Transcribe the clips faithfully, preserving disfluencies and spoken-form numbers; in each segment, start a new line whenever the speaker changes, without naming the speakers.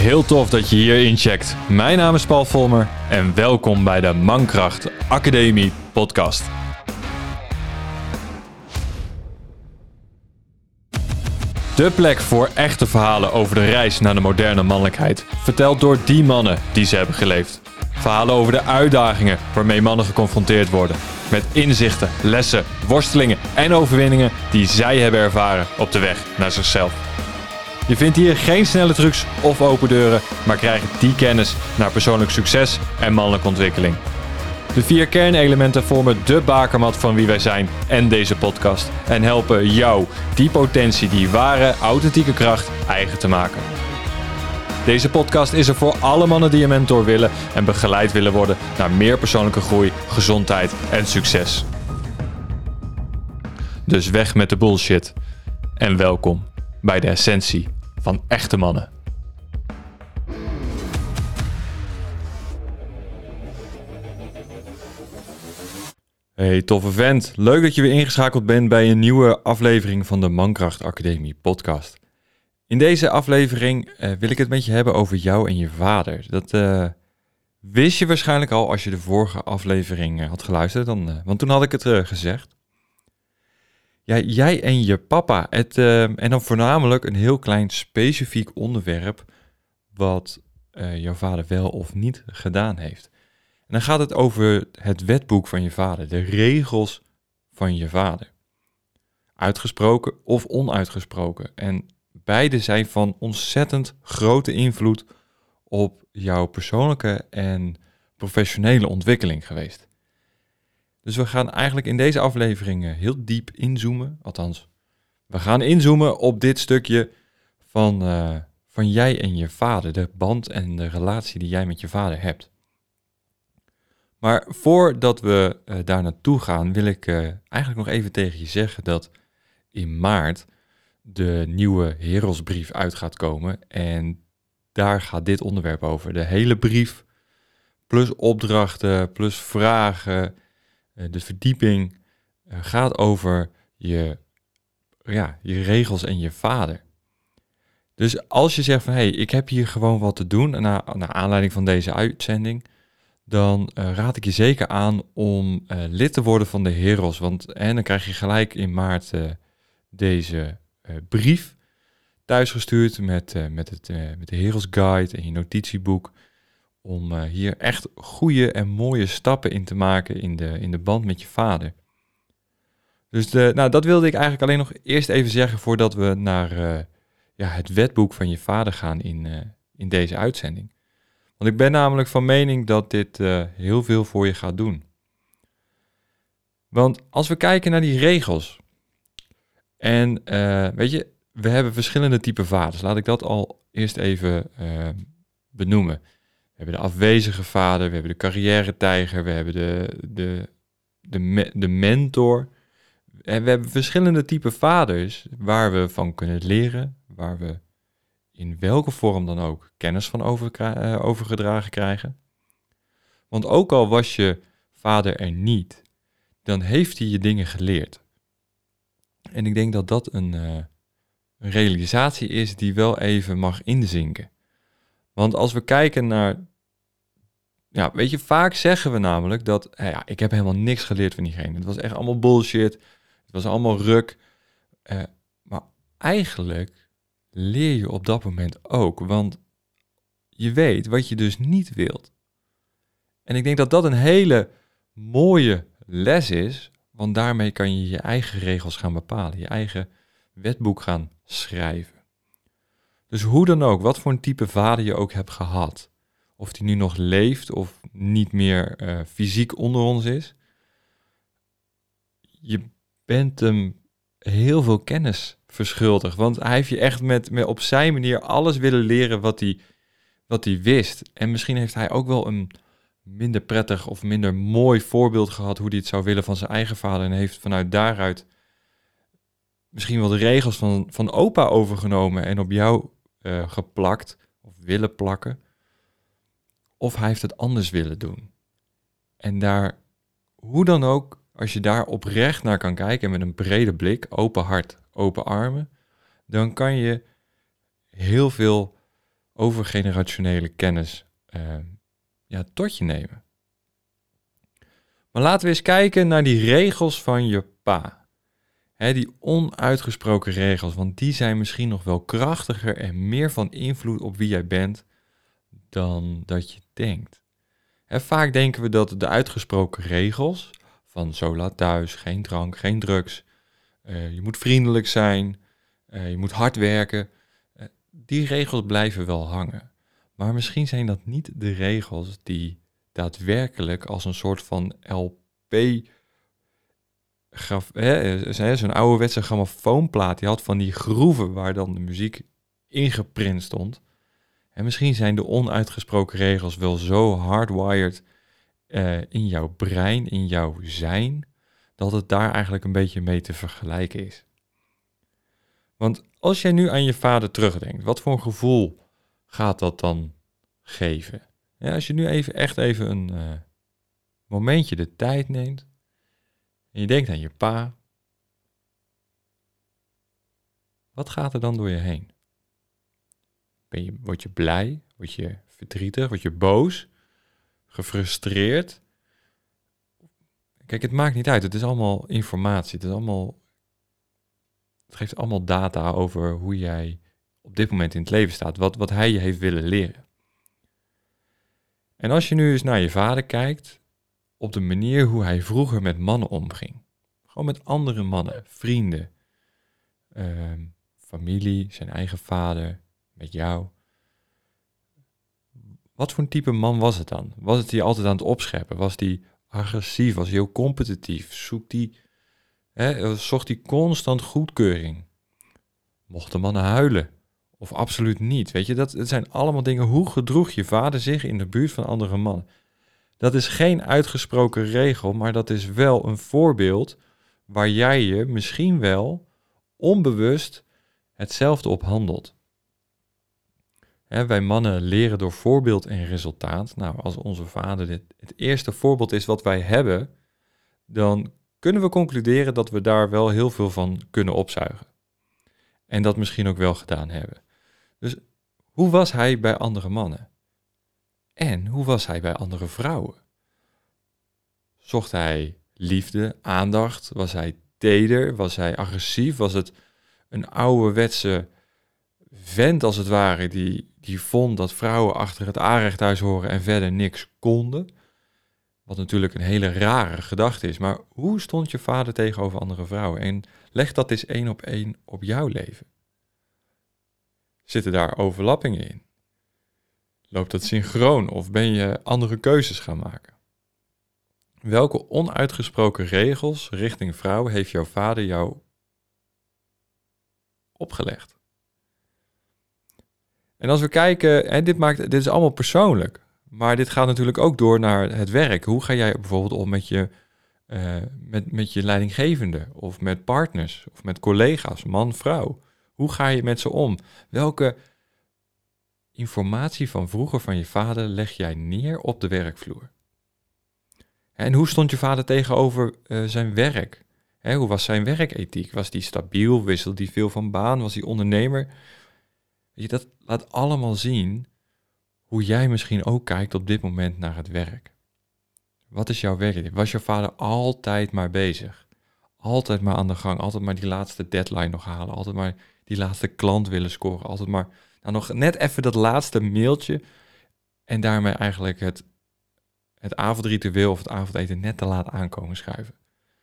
Heel tof dat je hier incheckt. Mijn naam is Paul Volmer en welkom bij de Mankracht Academie podcast. De plek voor echte verhalen over de reis naar de moderne mannelijkheid. Verteld door die mannen die ze hebben geleefd. Verhalen over de uitdagingen waarmee mannen geconfronteerd worden. Met inzichten, lessen, worstelingen en overwinningen die zij hebben ervaren op de weg naar zichzelf. Je vindt hier geen snelle trucs of open deuren, maar krijgt die kennis naar persoonlijk succes en mannelijke ontwikkeling. De vier kernelementen vormen de bakermat van wie wij zijn en deze podcast. En helpen jou die potentie, die ware, authentieke kracht eigen te maken. Deze podcast is er voor alle mannen die een mentor willen en begeleid willen worden naar meer persoonlijke groei, gezondheid en succes. Dus weg met de bullshit en welkom bij de essentie van echte mannen. Hey toffe vent, leuk dat je weer ingeschakeld bent bij een nieuwe aflevering van de Mankracht Academie podcast. In deze aflevering uh, wil ik het met je hebben over jou en je vader. Dat uh, wist je waarschijnlijk al als je de vorige aflevering uh, had geluisterd, dan, uh, want toen had ik het uh, gezegd. Ja, jij en je papa, het, uh, en dan voornamelijk een heel klein specifiek onderwerp wat uh, jouw vader wel of niet gedaan heeft. En dan gaat het over het wetboek van je vader, de regels van je vader. Uitgesproken of onuitgesproken. En beide zijn van ontzettend grote invloed op jouw persoonlijke en professionele ontwikkeling geweest. Dus we gaan eigenlijk in deze aflevering heel diep inzoomen. Althans, we gaan inzoomen op dit stukje van, uh, van jij en je vader. De band en de relatie die jij met je vader hebt. Maar voordat we uh, daar naartoe gaan, wil ik uh, eigenlijk nog even tegen je zeggen dat in maart de nieuwe Herosbrief uit gaat komen. En daar gaat dit onderwerp over. De hele brief, plus opdrachten, plus vragen. De verdieping gaat over je, ja, je regels en je vader. Dus als je zegt van, hé, hey, ik heb hier gewoon wat te doen, na, naar aanleiding van deze uitzending, dan uh, raad ik je zeker aan om uh, lid te worden van de Heros. Want en dan krijg je gelijk in maart uh, deze uh, brief thuisgestuurd met, uh, met, het, uh, met de Heros Guide en je notitieboek. Om uh, hier echt goede en mooie stappen in te maken in de, in de band met je vader. Dus de, nou, dat wilde ik eigenlijk alleen nog eerst even zeggen voordat we naar uh, ja, het wetboek van je vader gaan in, uh, in deze uitzending. Want ik ben namelijk van mening dat dit uh, heel veel voor je gaat doen. Want als we kijken naar die regels. En uh, weet je, we hebben verschillende typen vaders. Laat ik dat al eerst even uh, benoemen. We hebben de afwezige vader, we hebben de carrière-tijger, we hebben de, de, de, me, de mentor. En we hebben verschillende typen vaders waar we van kunnen leren, waar we in welke vorm dan ook kennis van over, uh, overgedragen krijgen. Want ook al was je vader er niet, dan heeft hij je dingen geleerd. En ik denk dat dat een, uh, een realisatie is die wel even mag inzinken. Want als we kijken naar, ja, weet je, vaak zeggen we namelijk dat, ja, ik heb helemaal niks geleerd van diegene. Het was echt allemaal bullshit, het was allemaal ruk. Uh, maar eigenlijk leer je op dat moment ook, want je weet wat je dus niet wilt. En ik denk dat dat een hele mooie les is, want daarmee kan je je eigen regels gaan bepalen, je eigen wetboek gaan schrijven. Dus hoe dan ook, wat voor een type vader je ook hebt gehad, of die nu nog leeft of niet meer uh, fysiek onder ons is, je bent hem heel veel kennis verschuldigd. Want hij heeft je echt met, met op zijn manier alles willen leren wat hij, wat hij wist. En misschien heeft hij ook wel een minder prettig of minder mooi voorbeeld gehad hoe hij het zou willen van zijn eigen vader. En heeft vanuit daaruit misschien wel de regels van, van opa overgenomen en op jou uh, geplakt of willen plakken. Of hij heeft het anders willen doen. En daar, hoe dan ook, als je daar oprecht naar kan kijken met een brede blik, open hart, open armen, dan kan je heel veel overgenerationele kennis uh, ja, tot je nemen. Maar laten we eens kijken naar die regels van je pa. He, die onuitgesproken regels, want die zijn misschien nog wel krachtiger en meer van invloed op wie jij bent dan dat je denkt. He, vaak denken we dat de uitgesproken regels van zo laat thuis, geen drank, geen drugs, uh, je moet vriendelijk zijn, uh, je moet hard werken, uh, die regels blijven wel hangen. Maar misschien zijn dat niet de regels die daadwerkelijk als een soort van L P... Graf, hè, zo'n ouderwetse grammofoonplaat, die had van die groeven waar dan de muziek ingeprint stond. En misschien zijn de onuitgesproken regels wel zo hardwired uh, in jouw brein, in jouw zijn, dat het daar eigenlijk een beetje mee te vergelijken is. Want als jij nu aan je vader terugdenkt, wat voor een gevoel gaat dat dan geven? Ja, als je nu even echt even een uh, momentje de tijd neemt, en je denkt aan je pa. Wat gaat er dan door je heen? Ben je, word je blij? Word je verdrietig? Word je boos? Gefrustreerd? Kijk, het maakt niet uit. Het is allemaal informatie. Het is allemaal... Het geeft allemaal data over hoe jij op dit moment in het leven staat. Wat, wat hij je heeft willen leren. En als je nu eens naar je vader kijkt, op de manier hoe hij vroeger met mannen omging. Gewoon met andere mannen, vrienden, uh, familie, zijn eigen vader, met jou. Wat voor een type man was het dan? Was het die altijd aan het opscheppen? Was die agressief? Was hij heel competitief? Zoekt die, hè, zocht hij constant goedkeuring? Mochten mannen huilen? Of absoluut niet? Weet je, dat, dat zijn allemaal dingen. Hoe gedroeg je vader zich in de buurt van andere mannen? Dat is geen uitgesproken regel, maar dat is wel een voorbeeld waar jij je misschien wel onbewust hetzelfde op handelt. Hè, wij mannen leren door voorbeeld en resultaat. Nou, als onze vader dit het eerste voorbeeld is wat wij hebben, dan kunnen we concluderen dat we daar wel heel veel van kunnen opzuigen. En dat misschien ook wel gedaan hebben. Dus hoe was hij bij andere mannen? En hoe was hij bij andere vrouwen? Zocht hij liefde, aandacht? Was hij teder? Was hij agressief? Was het een ouderwetse vent als het ware die, die vond dat vrouwen achter het aanrechthuis horen en verder niks konden? Wat natuurlijk een hele rare gedachte is. Maar hoe stond je vader tegenover andere vrouwen? En leg dat eens één op één op jouw leven. Zitten daar overlappingen in? Loopt dat synchroon of ben je andere keuzes gaan maken? Welke onuitgesproken regels richting vrouwen heeft jouw vader jou opgelegd? En als we kijken, en dit, maakt, dit is allemaal persoonlijk, maar dit gaat natuurlijk ook door naar het werk. Hoe ga jij bijvoorbeeld om met je, uh, met, met je leidinggevende of met partners of met collega's, man, vrouw? Hoe ga je met ze om? Welke informatie van vroeger van je vader leg jij neer op de werkvloer? En hoe stond je vader tegenover uh, zijn werk? Hè, hoe was zijn werkethiek? Was die stabiel? Wisselde die veel van baan? Was hij ondernemer? Weet je, dat laat allemaal zien hoe jij misschien ook kijkt op dit moment naar het werk. Wat is jouw werk? Was jouw vader altijd maar bezig? Altijd maar aan de gang, altijd maar die laatste deadline nog halen, altijd maar die laatste klant willen scoren, altijd maar nou, nog net even dat laatste mailtje en daarmee eigenlijk het, het avondritueel of het avondeten net te laat aankomen schuiven.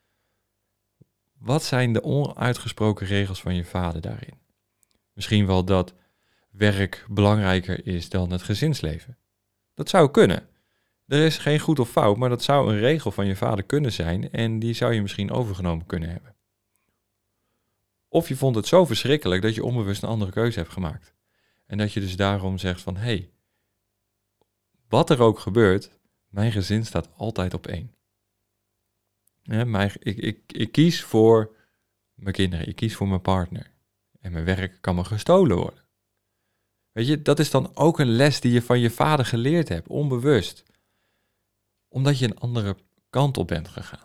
Wat zijn de onuitgesproken regels van je vader daarin? Misschien wel dat werk belangrijker is dan het gezinsleven. Dat zou kunnen. Er is geen goed of fout, maar dat zou een regel van je vader kunnen zijn en die zou je misschien overgenomen kunnen hebben. Of je vond het zo verschrikkelijk dat je onbewust een andere keuze hebt gemaakt. En dat je dus daarom zegt van, hé, hey, wat er ook gebeurt, mijn gezin staat altijd op één. Ja, mijn, ik, ik, ik kies voor mijn kinderen, ik kies voor mijn partner. En mijn werk kan me gestolen worden. Weet je, dat is dan ook een les die je van je vader geleerd hebt, onbewust. Omdat je een andere kant op bent gegaan.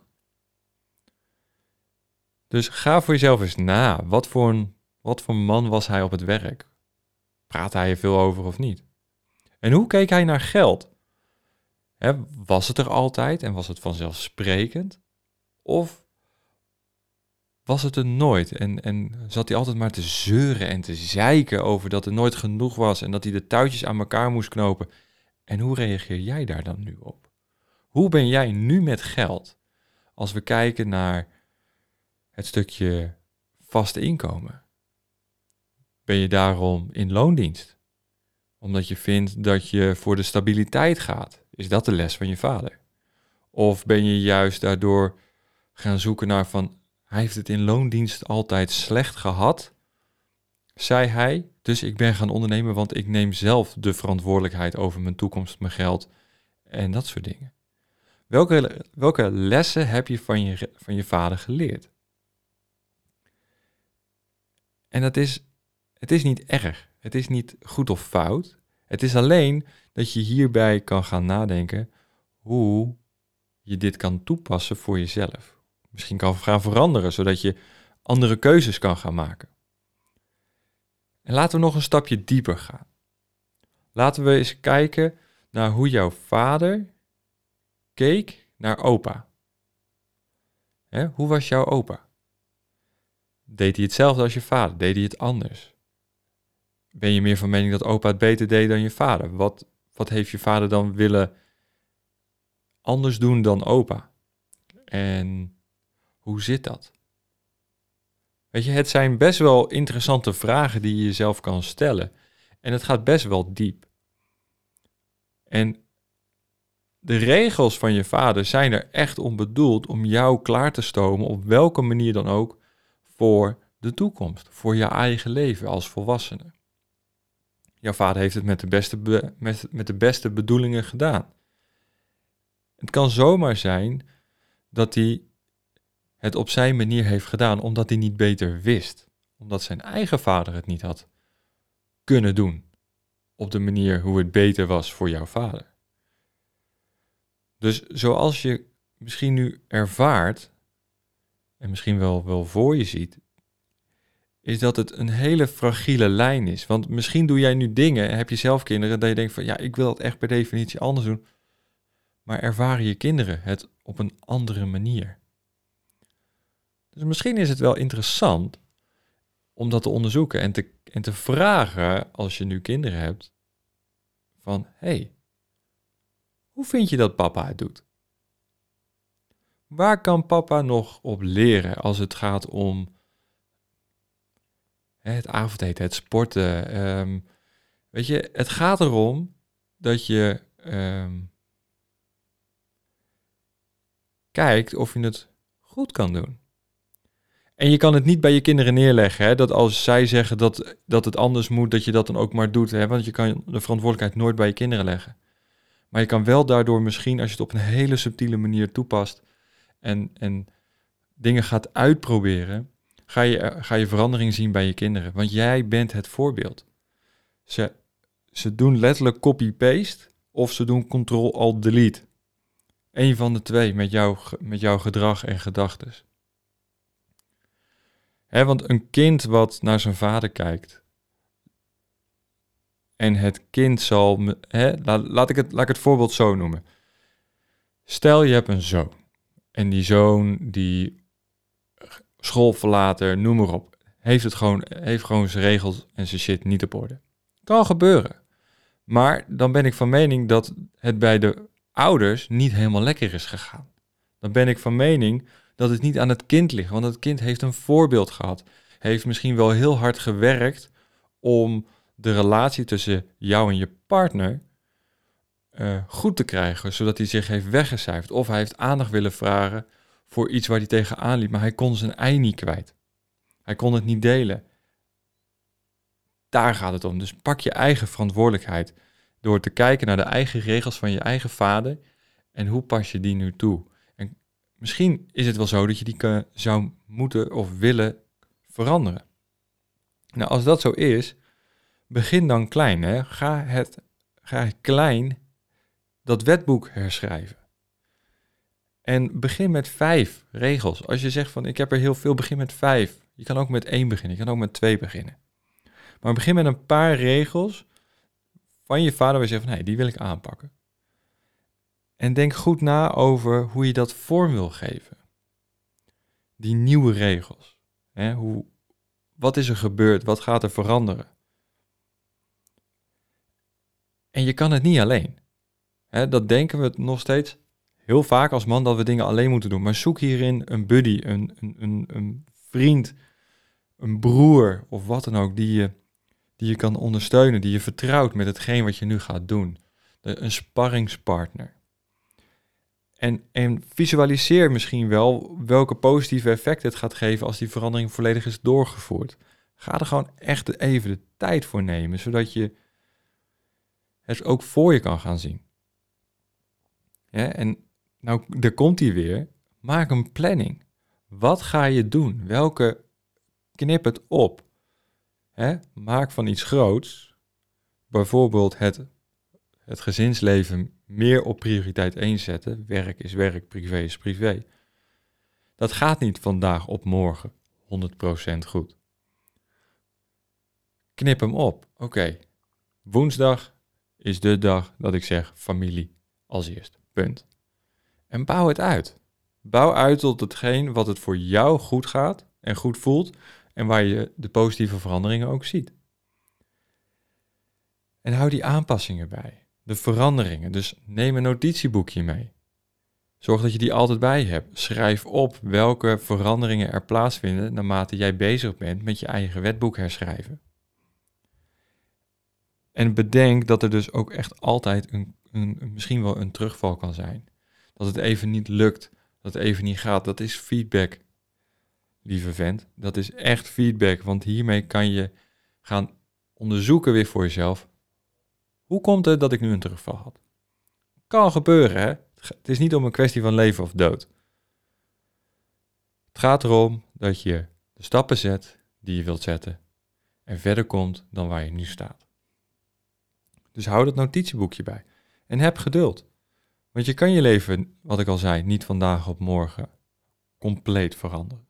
Dus ga voor jezelf eens na. Wat voor, een, wat voor man was hij op het werk? Praat hij er veel over of niet? En hoe keek hij naar geld? Hè, was het er altijd en was het vanzelfsprekend? Of was het er nooit en, en zat hij altijd maar te zeuren en te zeiken over dat er nooit genoeg was en dat hij de touwtjes aan elkaar moest knopen? En hoe reageer jij daar dan nu op? Hoe ben jij nu met geld als we kijken naar het stukje vaste inkomen? Ben je daarom in loondienst? Omdat je vindt dat je voor de stabiliteit gaat? Is dat de les van je vader? Of ben je juist daardoor gaan zoeken naar van, hij heeft het in loondienst altijd slecht gehad, zei hij, dus ik ben gaan ondernemen, want ik neem zelf de verantwoordelijkheid over mijn toekomst, mijn geld en dat soort dingen. Welke, welke lessen heb je van je, van je vader geleerd? En dat is, het is niet erg, het is niet goed of fout. Het is alleen dat je hierbij kan gaan nadenken hoe je dit kan toepassen voor jezelf. Misschien kan gaan veranderen, zodat je andere keuzes kan gaan maken. En laten we nog een stapje dieper gaan. Laten we eens kijken naar hoe jouw vader keek naar opa. Hè, hoe was jouw opa? Deed hij hetzelfde als je vader? Deed hij het anders? Ben je meer van mening dat opa het beter deed dan je vader? Wat, wat heeft je vader dan willen anders doen dan opa? En hoe zit dat? Weet je, het zijn best wel interessante vragen die je jezelf kan stellen. En het gaat best wel diep. En de regels van je vader zijn er echt om bedoeld om jou klaar te stomen, op welke manier dan ook, voor de toekomst. Voor je eigen leven als volwassene. Jouw vader heeft het met de beste, be- met, met de beste bedoelingen gedaan. Het kan zomaar zijn dat hij het op zijn manier heeft gedaan omdat hij niet beter wist. Omdat zijn eigen vader het niet had kunnen doen. Op de manier hoe het beter was voor jouw vader. Dus zoals je misschien nu ervaart, en misschien wel, wel voor je ziet, is dat het een hele fragiele lijn is. Want misschien doe jij nu dingen en heb je zelf kinderen dat je denkt van ja, ik wil het echt per definitie anders doen. Maar ervaren je kinderen het op een andere manier. Dus misschien is het wel interessant om dat te onderzoeken en te, en te vragen als je nu kinderen hebt van hé, hey, hoe vind je dat papa het doet? Waar kan papa nog op leren als het gaat om hè, het avondeten, het sporten? Um, weet je, het gaat erom dat je um, kijkt of je het goed kan doen. En je kan het niet bij je kinderen neerleggen, hè, dat als zij zeggen dat, dat het anders moet, dat je dat dan ook maar doet. Hè, want je kan de verantwoordelijkheid nooit bij je kinderen leggen. Maar je kan wel daardoor misschien, als je het op een hele subtiele manier toepast en, en dingen gaat uitproberen, ga je, ga je verandering zien bij je kinderen. Want jij bent het voorbeeld. Ze, ze doen letterlijk copy-paste of ze doen control-alt-delete. Eén van de twee met, jou, met jouw gedrag en gedachten. Hè, want een kind wat naar zijn vader kijkt en het kind zal, hè, laat, laat, ik het, laat ik het voorbeeld zo noemen. Stel je hebt een zoon en die zoon die schoolverlater, noem maar op, heeft het gewoon, heeft gewoon zijn regels en zijn shit niet op orde. Kan gebeuren. Maar dan ben ik van mening dat het bij de ouders niet helemaal lekker is gegaan. Dan ben ik van mening dat het niet aan het kind ligt, want het kind heeft een voorbeeld gehad. Heeft misschien wel heel hard gewerkt om de relatie tussen jou en je partner uh, goed te krijgen, zodat hij zich heeft weggecijferd. Of hij heeft aandacht willen vragen voor iets waar hij tegenaan liep, maar hij kon zijn ei niet kwijt. Hij kon het niet delen. Daar gaat het om. Dus pak je eigen verantwoordelijkheid door te kijken naar de eigen regels van je eigen vader en hoe pas je die nu toe. En misschien is het wel zo dat je die kan, zou moeten of willen veranderen. Nou, als dat zo is, begin dan klein. Hè? Ga, het, ga klein dat wetboek herschrijven. En begin met vijf regels. Als je zegt van ik heb er heel veel, begin met vijf. Je kan ook met één beginnen, je kan ook met twee beginnen. Maar begin met een paar regels van je vader waar je zegt van, nee, die wil ik aanpakken. En denk goed na over hoe je dat vorm wil geven. Die nieuwe regels. Hè? Hoe, wat is er gebeurd? Wat gaat er veranderen? En je kan het niet alleen. Hè, dat denken we nog steeds heel vaak als man dat we dingen alleen moeten doen. Maar zoek hierin een buddy, een, een, een, een vriend, een broer of wat dan ook die je, die je kan ondersteunen, die je vertrouwt met hetgeen wat je nu gaat doen. De, een sparringspartner. En, en visualiseer misschien wel welke positieve effecten het gaat geven als die verandering volledig is doorgevoerd. Ga er gewoon echt even de tijd voor nemen, zodat je het ook voor je kan gaan zien. Ja, en nou, daar komt hij weer. Maak een planning. Wat ga je doen? Welke, knip het op. Hè? Maak van iets groots, bijvoorbeeld het, het gezinsleven meer op prioriteit één zetten. Werk is werk, privé is privé. Dat gaat niet vandaag op morgen honderd procent goed. Knip hem op. Oké, okay. Woensdag is de dag dat ik zeg familie als eerst. Punt. En bouw het uit. Bouw uit tot hetgeen wat het voor jou goed gaat en goed voelt en waar je de positieve veranderingen ook ziet. En hou die aanpassingen bij. De veranderingen. Dus neem een notitieboekje mee. Zorg dat je die altijd bij hebt. Schrijf op welke veranderingen er plaatsvinden naarmate jij bezig bent met je eigen wetboek herschrijven. En bedenk dat er dus ook echt altijd een, een, misschien wel een terugval kan zijn. Dat het even niet lukt, dat het even niet gaat. Dat is feedback, lieve vent. Dat is echt feedback, want hiermee kan je gaan onderzoeken weer voor jezelf. Hoe komt het dat ik nu een terugval had? Kan gebeuren, hè? Het is niet om een kwestie van leven of dood. Het gaat erom dat je de stappen zet die je wilt zetten en verder komt dan waar je nu staat. Dus hou dat notitieboekje bij en heb geduld. Want je kan je leven, wat ik al zei, niet vandaag op morgen compleet veranderen.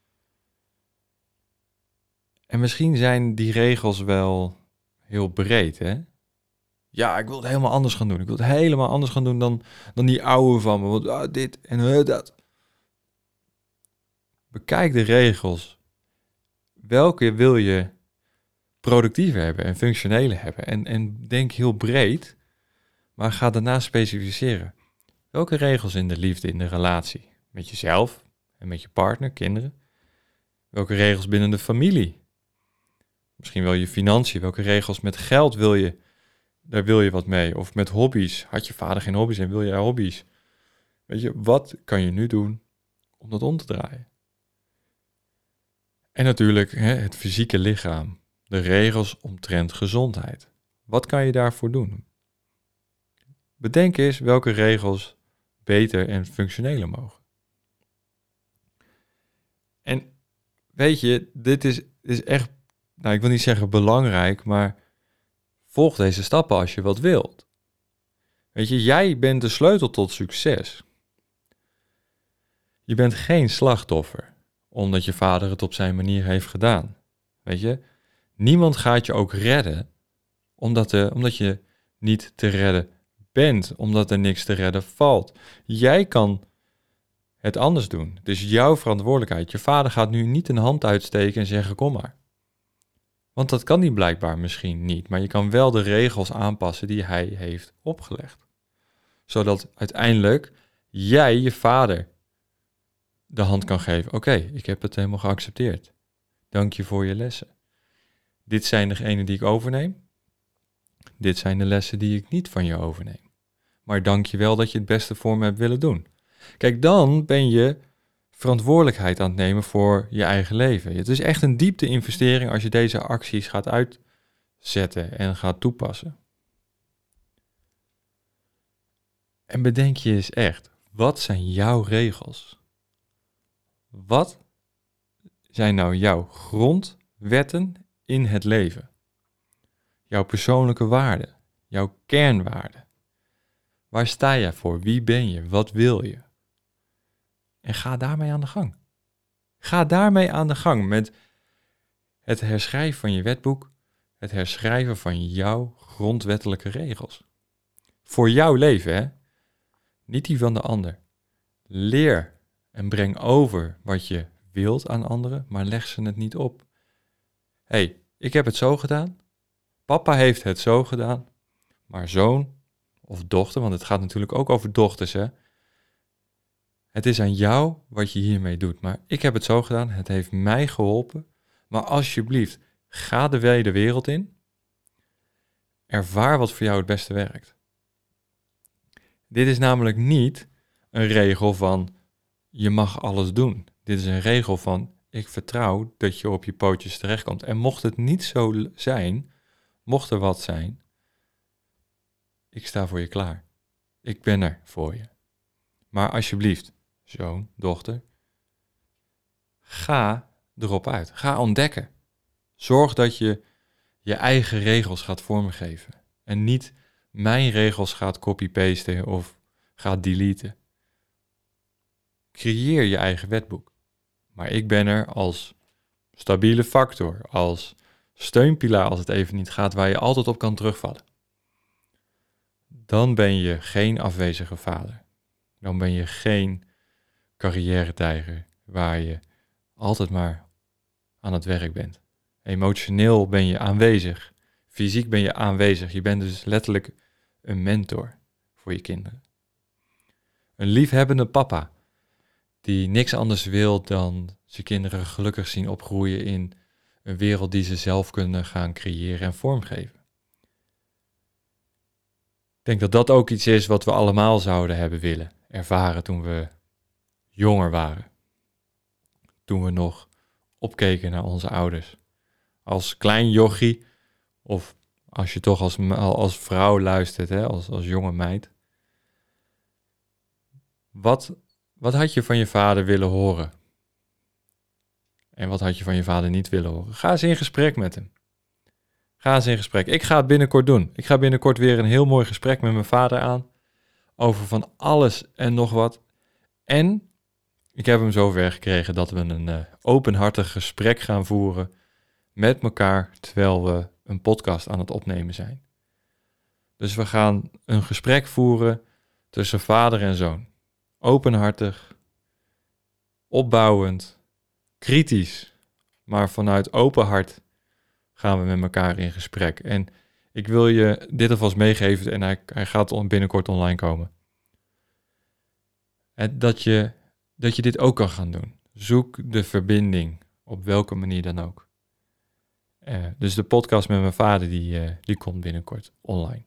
En misschien zijn die regels wel heel breed, hè? Ja, ik wil het helemaal anders gaan doen. Ik wil het helemaal anders gaan doen dan, dan die oude van me. Want ah, dit en uh, dat. Bekijk de regels. Welke wil je productiever hebben en functioneler hebben? En, en denk heel breed, maar ga daarna specificeren. Welke regels in de liefde, in de relatie? Met jezelf en met je partner, kinderen? Welke regels binnen de familie? Misschien wel je financiën. Welke regels met geld wil je? Daar wil je wat mee. Of met hobby's. Had je vader geen hobby's en wil jij hobby's? Weet je, wat kan je nu doen om dat om te draaien? En natuurlijk hè, het fysieke lichaam. De regels omtrent gezondheid. Wat kan je daarvoor doen? Bedenk eens welke regels beter en functioneler mogen. En weet je, dit is, is echt, nou ik wil niet zeggen belangrijk, maar volg deze stappen als je wat wilt. Weet je, jij bent de sleutel tot succes. Je bent geen slachtoffer, omdat je vader het op zijn manier heeft gedaan. Weet je, niemand gaat je ook redden, omdat, de, omdat je niet te redden bent, omdat er niks te redden valt. Jij kan het anders doen. Het is jouw verantwoordelijkheid. Je vader gaat nu niet een hand uitsteken en zeggen, kom maar. Want dat kan hij blijkbaar misschien niet, maar je kan wel de regels aanpassen die hij heeft opgelegd. Zodat uiteindelijk jij je vader de hand kan geven. Oké, okay, ik heb het helemaal geaccepteerd. Dank je voor je lessen. Dit zijn degenen die ik overneem. Dit zijn de lessen die ik niet van je overneem. Maar dank je wel dat je het beste voor me hebt willen doen. Kijk, dan ben je verantwoordelijkheid aan het nemen voor je eigen leven. Het is echt een diepte investering als je deze acties gaat uitzetten en gaat toepassen. En bedenk je eens echt, wat zijn jouw regels? Wat zijn nou jouw grondwetten in het leven? Jouw persoonlijke waarden, jouw kernwaarden. Waar sta jij voor? Wie ben je? Wat wil je? En ga daarmee aan de gang. Ga daarmee aan de gang met het herschrijven van je wetboek. het herschrijven van jouw grondwettelijke regels. Voor jouw leven, hè? Niet die van de ander. Leer en breng over wat je wilt aan anderen, maar leg ze het niet op. Hé, hey, ik heb het zo gedaan. Papa heeft het zo gedaan. Maar zoon of dochter, want het gaat natuurlijk ook over dochters, hè? Het is aan jou wat je hiermee doet. Maar ik heb het zo gedaan, het heeft mij geholpen. Maar alsjeblieft, ga de wijde wereld in. Ervaar wat voor jou het beste werkt. Dit is namelijk niet een regel van je mag alles doen. Dit is een regel van ik vertrouw dat je op je pootjes terechtkomt. En mocht het niet zo zijn, mocht er wat zijn, ik sta voor je klaar. Ik ben er voor je. Maar alsjeblieft, zoon, dochter, ga erop uit. Ga ontdekken. Zorg dat je je eigen regels gaat vormgeven. En niet mijn regels gaat copy-pasten of gaat deleten. Creëer je eigen wetboek. Maar ik ben er als stabiele factor, als steunpilaar als het even niet gaat, waar je altijd op kan terugvallen. Dan ben je geen afwezige vader. Dan ben je geen carrière-tijger waar je altijd maar aan het werk bent. Emotioneel ben je aanwezig. Fysiek ben je aanwezig. Je bent dus letterlijk een mentor voor je kinderen. Een liefhebbende papa die niks anders wil dan zijn kinderen gelukkig zien opgroeien in een wereld die ze zelf kunnen gaan creëren en vormgeven. Ik denk dat dat ook iets is wat we allemaal zouden hebben willen ervaren toen we jonger waren. Toen we nog opkeken naar onze ouders. Als klein jochie, of als je toch als, als vrouw luistert, hè, als, als jonge meid. Wat, wat had je van je vader willen horen? En wat had je van je vader niet willen horen? Ga eens in gesprek met hem. Ga eens in gesprek. Ik ga het binnenkort doen. Ik ga binnenkort weer een heel mooi gesprek met mijn vader aan. Over van alles en nog wat. En ik heb hem zover gekregen dat we een uh, openhartig gesprek gaan voeren met elkaar terwijl we een podcast aan het opnemen zijn. Dus we gaan een gesprek voeren tussen vader en zoon. Openhartig, opbouwend, kritisch, maar vanuit open hart gaan we met elkaar in gesprek. En ik wil je dit alvast meegeven en hij, hij gaat binnenkort online komen. En dat je, dat je dit ook kan gaan doen. Zoek de verbinding, op welke manier dan ook. Uh, dus de podcast met mijn vader, die, uh, die komt binnenkort online.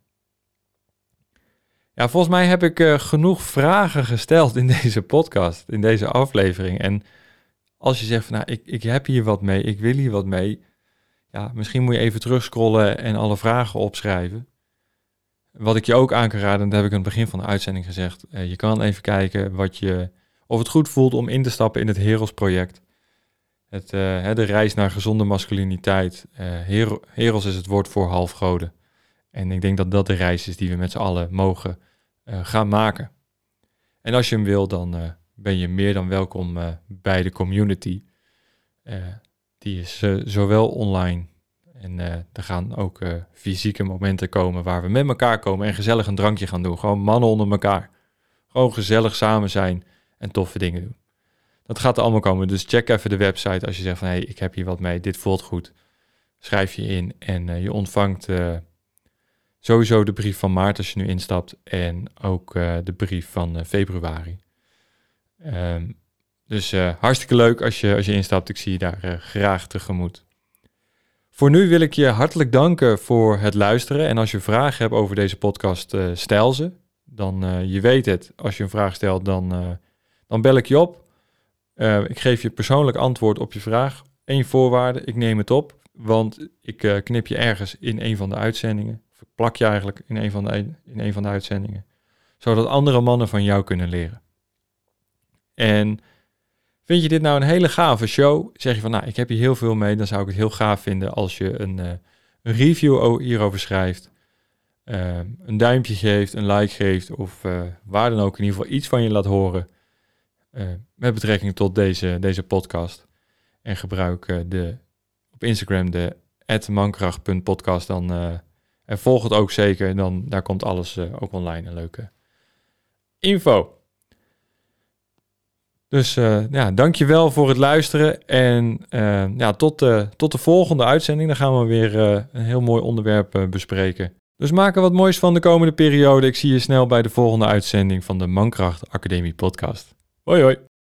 Ja, volgens mij heb ik uh, genoeg vragen gesteld in deze podcast, in deze aflevering. En als je zegt van, nou, ik, ik heb hier wat mee, ik wil hier wat mee. Ja, misschien moet je even terugscrollen en alle vragen opschrijven. Wat ik je ook aan kan raden, dat heb ik aan het begin van de uitzending gezegd. Uh, je kan even kijken wat je, of het goed voelt om in te stappen in het Heros project. Het, uh, de reis naar gezonde masculiniteit. Uh, Her- Heros is het woord voor halfgoden. En ik denk dat dat de reis is die we met z'n allen mogen uh, gaan maken. En als je hem wil, dan uh, ben je meer dan welkom uh, bij de community. Uh, die is uh, zowel online en uh, er gaan ook uh, fysieke momenten komen waar we met elkaar komen en gezellig een drankje gaan doen. Gewoon mannen onder elkaar. Gewoon gezellig samen zijn en toffe dingen doen. Dat gaat er allemaal komen, dus check even de website als je zegt van hé, hey, ik heb hier wat mee, dit voelt goed. Schrijf je in en uh, je ontvangt uh, sowieso de brief van maart als je nu instapt en ook uh, de brief van uh, februari. Um, dus uh, hartstikke leuk als je, als je instapt, ik zie je daar uh, graag tegemoet. Voor nu wil ik je hartelijk danken voor het luisteren en als je vragen hebt over deze podcast, uh, stel ze. Dan, uh, je weet het, als je een vraag stelt, dan, uh, dan bel ik je op. Uh, ik geef je persoonlijk antwoord op je vraag. Eén voorwaarde, ik neem het op, want ik uh, knip je ergens in een van de uitzendingen. Of ik plak je eigenlijk in een, van de, in een van de uitzendingen. Zodat andere mannen van jou kunnen leren. En vind je dit nou een hele gave show? Zeg je van, nou, ik heb hier heel veel mee. Dan zou ik het heel gaaf vinden als je een, uh, een review hierover schrijft. Uh, een duimpje geeft, een like geeft of uh, waar dan ook in ieder geval iets van je laat horen. Uh, met betrekking tot deze, deze podcast. En gebruik uh, de, op Instagram de at mankracht punt podcast. Dan, uh, en volg het ook zeker. Dan, daar komt alles uh, ook online. Een leuke info. Dus uh, ja, dankjewel voor het luisteren. En uh, ja, tot, uh, tot de volgende uitzending. Dan gaan we weer uh, een heel mooi onderwerp uh, bespreken. Dus maak er wat moois van de komende periode. Ik zie je snel bij de volgende uitzending van de Mankracht Academie podcast. Hoi hoi.